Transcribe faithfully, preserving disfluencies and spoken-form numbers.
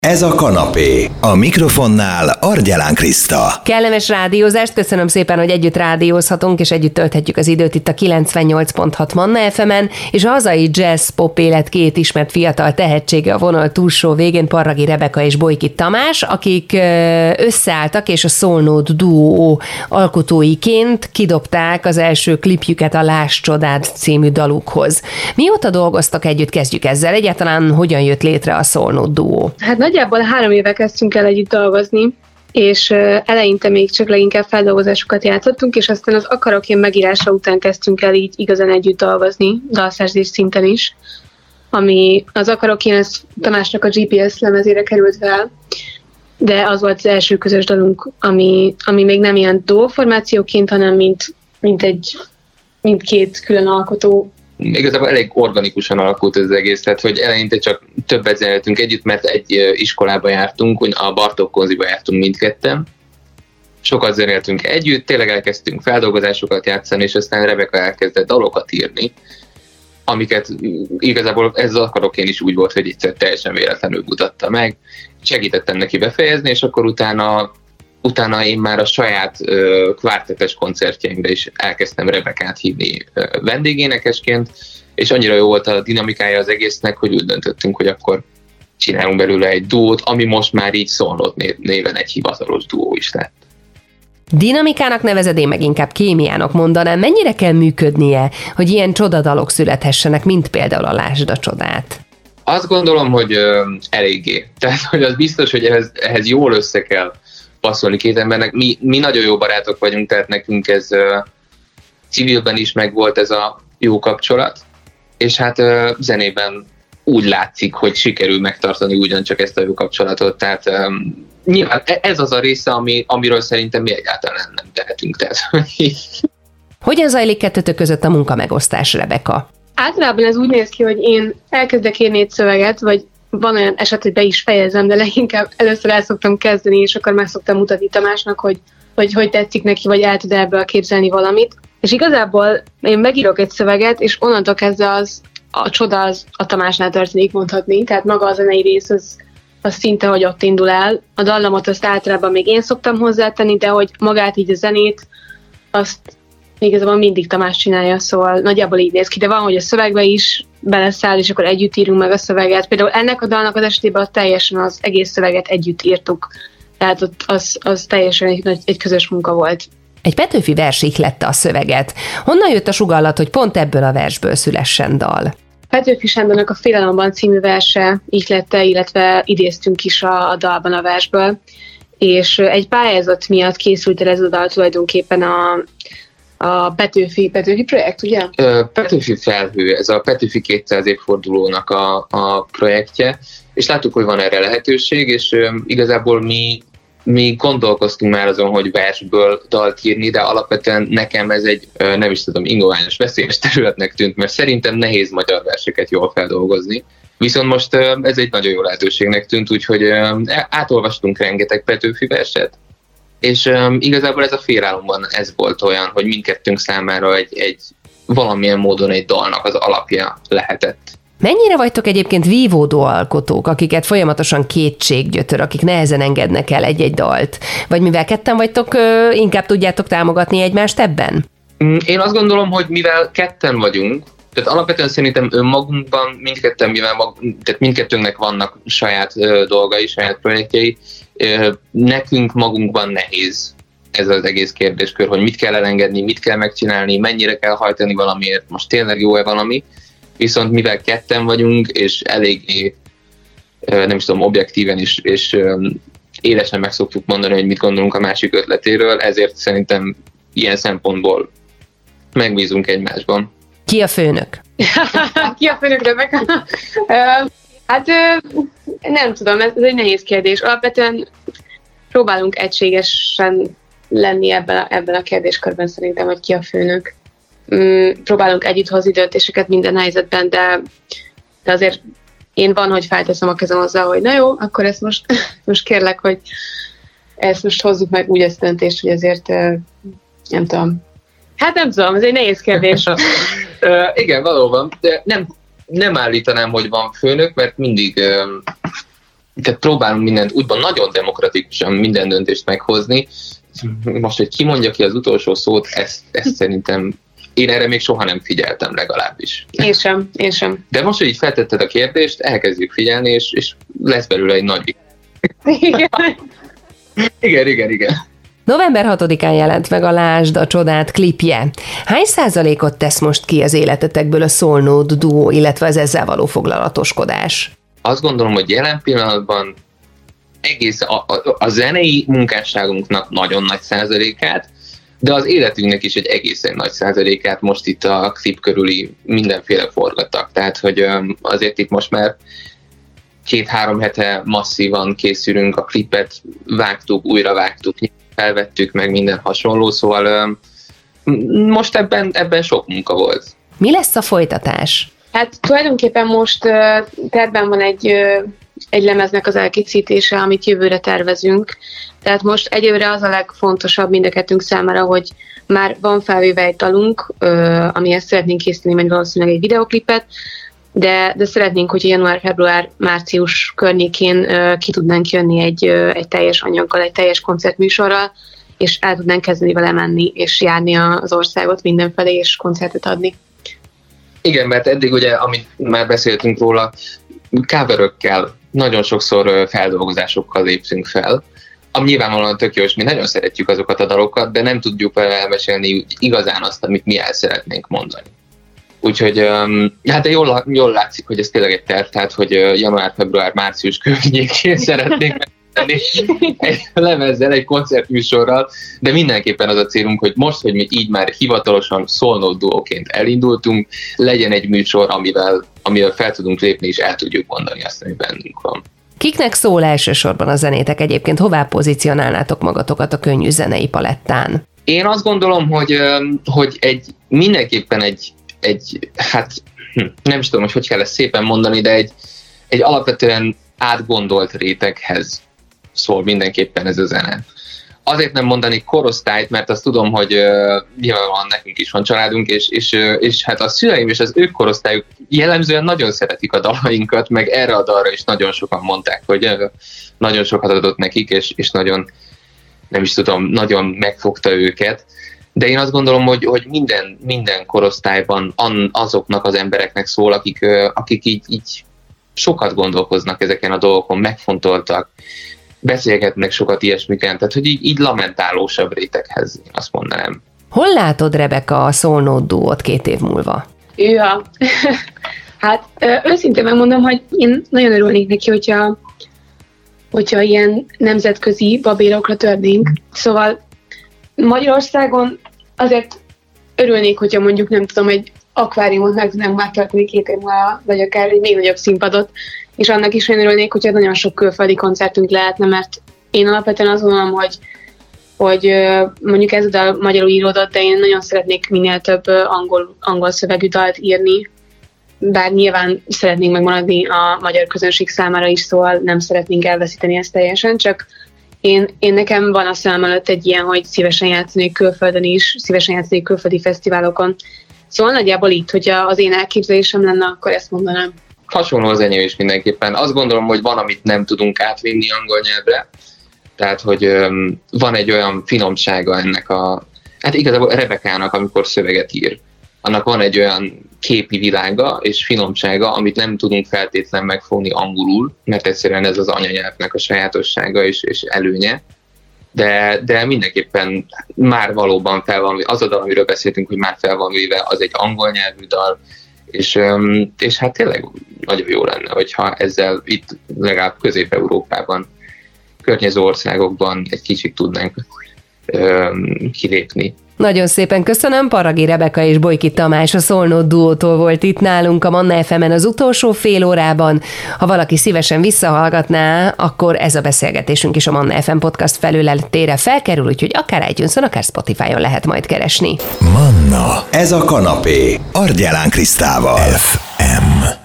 Ez a kanapé. A mikrofonnál Argyelán Kriszta. Kellemes rádiózást, köszönöm szépen, hogy együtt rádiózhatunk, és együtt tölthetjük az időt itt a kilencvennyolc pont hat Manna ef emen, és a hazai jazz-pop élet két ismert fiatal tehetsége a vonal túlsó végén, Parragi Rebeka és Bolyky Tamás, akik összeálltak, és a Soul Note duó alkotóiként kidobták az első klipjüket a Láss Csodád című dalukhoz. Mióta dolgoztak együtt, kezdjük ezzel. Egyáltalán hogyan jött létre a Soul Note duó? Hát nagyjából három éve kezdtünk el együtt dolgozni, és eleinte még csak leginkább feldolgozásokat játszottunk, és aztán az Akarok én megírása után kezdtünk el így igazán együtt dolgozni, dalszerzés szinten is, ami az Akarok én, ez Tamásnak a gé pé es lemezére került fel, de az volt az első közös dalunk, ami, ami még nem ilyen duó formációként, hanem mint, mint egy mint két külön alkotó. Igazából elég organikusan alakult ez az egész, tehát hogy eleinte csak többet zenéltünk együtt, mert egy iskolába jártunk, a Bartók Konziba jártunk mindketten. Sokat zenéltünk együtt, tényleg elkezdtünk feldolgozásokat játszani, és aztán Rebeka elkezdett dalokat írni, amiket igazából ez az Akarok én is úgy volt, hogy egyszer teljesen véletlenül mutatta meg. Segítettem neki befejezni, és akkor utána Utána én már a saját uh, kvártetes koncertjeimre is elkezdtem Rebekát hívni uh, vendégénekesként, és annyira jó volt a dinamikája az egésznek, hogy úgy döntöttünk, hogy akkor csinálunk belőle egy duót, ami most már így Soul Note néven egy hivatalos duó is lett. Dinamikának nevezed, én meg inkább kémiának mondanám. Mennyire kell működnie, hogy ilyen csodadalok születhessenek, mint például a Lásd a Csodát? Azt gondolom, hogy uh, eléggé. Tehát, hogy az biztos, hogy ehhez, ehhez jól össze kell passzolni két embernek. Mi, mi nagyon jó barátok vagyunk, tehát nekünk ez uh, civilben is megvolt ez a jó kapcsolat, és hát uh, zenében úgy látszik, hogy sikerül megtartani ugyancsak ezt a jó kapcsolatot, tehát um, nyilván ez az a része, ami, amiről szerintem mi egyáltalán nem tehetünk. Tehát. Hogyan zajlik kettőtök között a munkamegosztás, Rebeka? Általában ez úgy néz ki, hogy én elkezdek írni egy szöveget, vagy van olyan eset, hogy be is fejezem, de leginkább először el szoktam kezdeni, és akkor meg szoktam mutatni Tamásnak, hogy hogy, hogy tetszik neki, vagy el tud ebből képzelni valamit. És igazából én megírok egy szöveget, és onnantól kezdve az, a csoda az a Tamásnál történik, mondhatni. Tehát maga a zenei rész az, az szinte, hogy ott indul el. A dallamot azt általában még én szoktam hozzátenni, de hogy magát így a zenét, azt igazából mindig Tamás csinálja, szóval nagyjából így néz ki, de van, hogy a szövegbe is beleszáll, és akkor együtt írunk meg a szöveget. Például ennek a dalnak az esetében teljesen az egész szöveget együtt írtuk, tehát ott az, az teljesen egy, egy közös munka volt. Egy Petőfi vers ihlette a szöveget. Honnan jött a sugallat, hogy pont ebből a versből szülessen dal? Petőfi Sándornak a Félelemban című verse ihlette, illetve idéztünk is a, a dalban a versből, és egy pályázat miatt készült el ez a dal tulajdonképpen a A Petőfi, Petőfi projekt, ugye? Petőfi Felhő, ez a Petőfi kétszáz évfordulónak a, a projektje, és láttuk, hogy van erre lehetőség, és igazából mi, mi gondolkoztunk már azon, hogy versből dalt írni, de alapvetően nekem ez egy, nem is tudom, ingoványos, veszélyes területnek tűnt, mert szerintem nehéz magyar verseket jól feldolgozni. Viszont most ez egy nagyon jó lehetőségnek tűnt, úgyhogy átolvastunk rengeteg Petőfi verset, és um, igazából ez a Félálomban ez volt olyan, hogy mindkettőnk számára egy, egy valamilyen módon egy dalnak az alapja lehetett. Mennyire vagytok egyébként vívódó alkotók, akiket folyamatosan kétség gyötör, akik nehezen engednek el egy-egy dalt? Vagy mivel ketten vagytok, inkább tudjátok támogatni egymást ebben? Én azt gondolom, hogy mivel ketten vagyunk, tehát alapvetően szerintem önmagunkban mindketten, mivel mag, tehát mindkettőnknek vannak saját ö, dolgai, saját projektjei, ö, nekünk magunkban nehéz ez az egész kérdéskör, hogy mit kell elengedni, mit kell megcsinálni, mennyire kell hajtani valamiért, most tényleg jó-e valami, viszont mivel ketten vagyunk, és eléggé, ö, nem is tudom, objektíven is, és ö, élesen meg szoktuk mondani, hogy mit gondolunk a másik ötletéről, ezért szerintem ilyen szempontból megbízunk egymásban. Ki a főnök? Ki a főnök, Rebeka? Hát nem tudom, ez egy nehéz kérdés. Alapvetően próbálunk egységesen lenni ebben a, ebben a kérdéskörben szerintem, hogy ki a főnök. Próbálunk együtt hozni döntéseket minden helyzetben, de, de azért én van, hogy felteszem a kezem azzal, hogy na jó, akkor ezt most, most kérlek, hogy ezt most hozzuk meg úgy ezt a döntést, hogy azért nem tudom. Hát nem tudom, ez egy nehéz kérdés. uh, igen, valóban, de nem, nem állítanám, hogy van főnök, mert mindig, uh, tehát próbálunk mindent úgyban nagyon demokratikusan minden döntést meghozni. Most, hogy ki mondja ki az utolsó szót, ezt, ezt szerintem én erre még soha nem figyeltem legalábbis. Én sem, én sem. De most, hogy így feltetted a kérdést, elkezdjük figyelni, és, és lesz belőle egy nagy... Igen. igen, igen, igen. november hatodikán jelent meg a Lásd a csodát klipje. Hány százalékot tesz most ki az életetekből a Soul Note duó, illetve az ezzel való foglalatoskodás? Azt gondolom, hogy jelen pillanatban egész a, a, a zenei munkásságunknak nagyon nagy százalékát, de az életünknek is egy egészen nagy százalékát most itt a klip körüli mindenféle forgattak. Tehát, hogy azért itt most már két-három hete masszívan készülünk, a klipet vágtuk, újra vágtuk, felvettük meg minden hasonló, szóval most ebben, ebben sok munka volt. Mi lesz a folytatás? Hát tulajdonképpen most uh, tervben van egy, uh, egy lemeznek az elkészítése, amit jövőre tervezünk. Tehát most egyőre az a legfontosabb mind a kettőnk számára, hogy már van felvéve egy dalunk, uh, amihez szeretnénk készíteni majd valószínűleg egy videoklipet, de, de szeretnénk, hogy január, február, március környékén uh, ki tudnánk jönni egy, uh, egy teljes anyaggal, egy teljes koncertműsorral, és el tudnánk kezdeni vele menni, és járni az országot mindenfelé, és koncertet adni. Igen, mert eddig ugye, amit már beszéltünk róla, coverökkel, nagyon sokszor feldolgozásokkal léptünk fel, ami nyilvánvalóan tök jó, és mi nagyon szeretjük azokat a dalokat, de nem tudjuk elmesélni igazán azt, amit mi el szeretnénk mondani. Úgyhogy hát jól, jól látszik, hogy ez tényleg egy terv, tehát hogy január, február, március környékén szeretnénk megtenni egy lemezzel, egy koncertműsorral, de mindenképpen az a célunk, hogy most, hogy mi így már hivatalosan Soul Note duóként elindultunk, legyen egy műsor, amivel, amivel fel tudunk lépni, és el tudjuk mondani azt, ami bennünk van. Kiknek szól elsősorban a zenétek egyébként? Hová pozícionálnátok magatokat a könnyű zenei palettán? Én azt gondolom, hogy, hogy egy, mindenképpen egy, egy, hát nem is tudom, hogy hogy kell ezt szépen mondani, de egy, egy alapvetően átgondolt réteghez szól mindenképpen ez a zene. Azért nem mondani korosztályt, mert azt tudom, hogy uh, nyilvánvalóan nekünk is van családunk, és, és, uh, és hát a szüleim és az ők korosztályuk jellemzően nagyon szeretik a dalainkat, meg erre a dalra is nagyon sokan mondták, hogy uh, nagyon sokat adott nekik, és, és nagyon, nem is tudom, nagyon megfogta őket. De én azt gondolom, hogy, hogy minden, minden korosztályban azoknak az embereknek szól, akik, uh, akik így, így sokat gondolkoznak ezeken a dolgokon, megfontoltak, beszélgetnek sokat ilyesmiken, tehát hogy így, így lamentálósabb réteghez, én azt mondanám. Hol látod, Rebeka, a Soul Note duót két év múlva? Ja, hát őszintén megmondom, hogy én nagyon örülnék neki, hogyha, hogyha ilyen nemzetközi babérokra törnénk. Szóval Magyarországon azért örülnék, hogyha mondjuk nem tudom, egy akváriumot meg tudnánk már tartani két év múlva, vagy akár egy még nagyobb színpadot, és annak is én örülnék, hogyha nagyon sok külföldi koncertünk lehetne, mert én alapvetően azt gondolom, hogy, hogy mondjuk ez a dal magyarul íródott, de én nagyon szeretnék minél több angol, angol szövegű dalt írni, bár nyilván szeretnénk megmaradni a magyar közönség számára is, szóval nem szeretnénk elveszíteni ezt teljesen, csak én, én nekem van a szemem előtt egy ilyen, hogy szívesen játszanék külföldön is, szívesen játszanék külföldi fesztiválokon. Szóval nagyjából itt, hogyha az én elképzelésem lenne, akkor ezt mondanám. Hasonló az enyém is mindenképpen. Azt gondolom, hogy van, amit nem tudunk átvinni angol nyelvre, tehát, hogy öm, van egy olyan finomsága ennek a, hát igazából Rebekának, amikor szöveget ír. Annak van egy olyan képi világa és finomsága, amit nem tudunk feltétlenül megfogni angolul, mert egyszerűen ez az anyanyelvnek a sajátossága és, és előnye. De, de mindenképpen már valóban fel van, az a dal, amiről beszéltünk, hogy már fel van véve, az egy angol nyelvű dal, és, és hát tényleg nagyon jó lenne, hogyha ezzel itt legalább Közép-Európában, környező országokban egy kicsit tudnánk öm, kilépni. Nagyon szépen köszönöm, Paragi Rebeka és Bojki Tamás a Soul Note duótól volt itt nálunk a Manna ef emen az utolsó fél órában. Ha valaki szívesen visszahallgatná, akkor ez a beszélgetésünk is a Manna ef em podcast felületére felkerül, úgyhogy akár iTunes-on, akár Spotify-on lehet majd keresni. Manna, ez a kanapé, Argyelán Krisztával. ef em